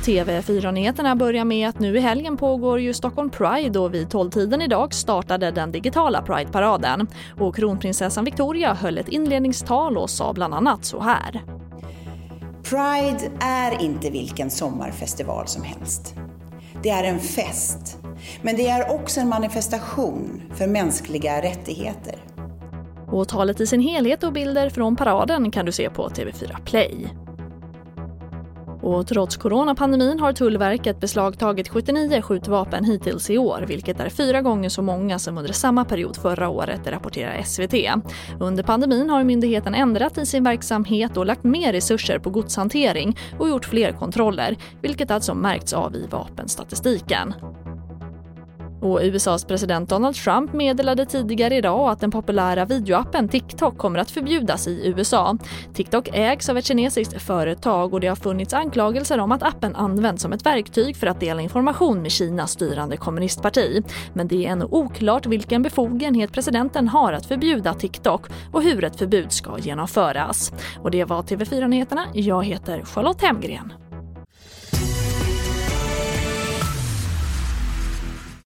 TV4-nyheterna börjar med att nu i helgen pågår ju Stockholm Pride och vid 12-tiden idag startade den digitala Pride-paraden. Och kronprinsessan Victoria höll ett inledningstal och sa bland annat så här. Pride är inte vilken sommarfestival som helst. Det är en fest, men det är också en manifestation för mänskliga rättigheter. Och talet i sin helhet och bilder från paraden kan du se på TV4 Play. Och trots coronapandemin har Tullverket beslagtagit 79 skjutvapen hittills i år, vilket är 4 gånger så många som under samma period förra året, rapporterar SVT. Under pandemin har myndigheten ändrat i sin verksamhet och lagt mer resurser på godshantering och gjort fler kontroller, vilket alltså märkts av i vapenstatistiken. Och USAs president Donald Trump meddelade tidigare idag att den populära videoappen TikTok kommer att förbjudas i USA. TikTok ägs av ett kinesiskt företag och det har funnits anklagelser om att appen används som ett verktyg för att dela information med Kinas styrande kommunistparti. Men det är ännu oklart vilken befogenhet presidenten har att förbjuda TikTok och hur ett förbud ska genomföras. Och det var TV4-nyheterna. Jag heter Charlotte Hemgren.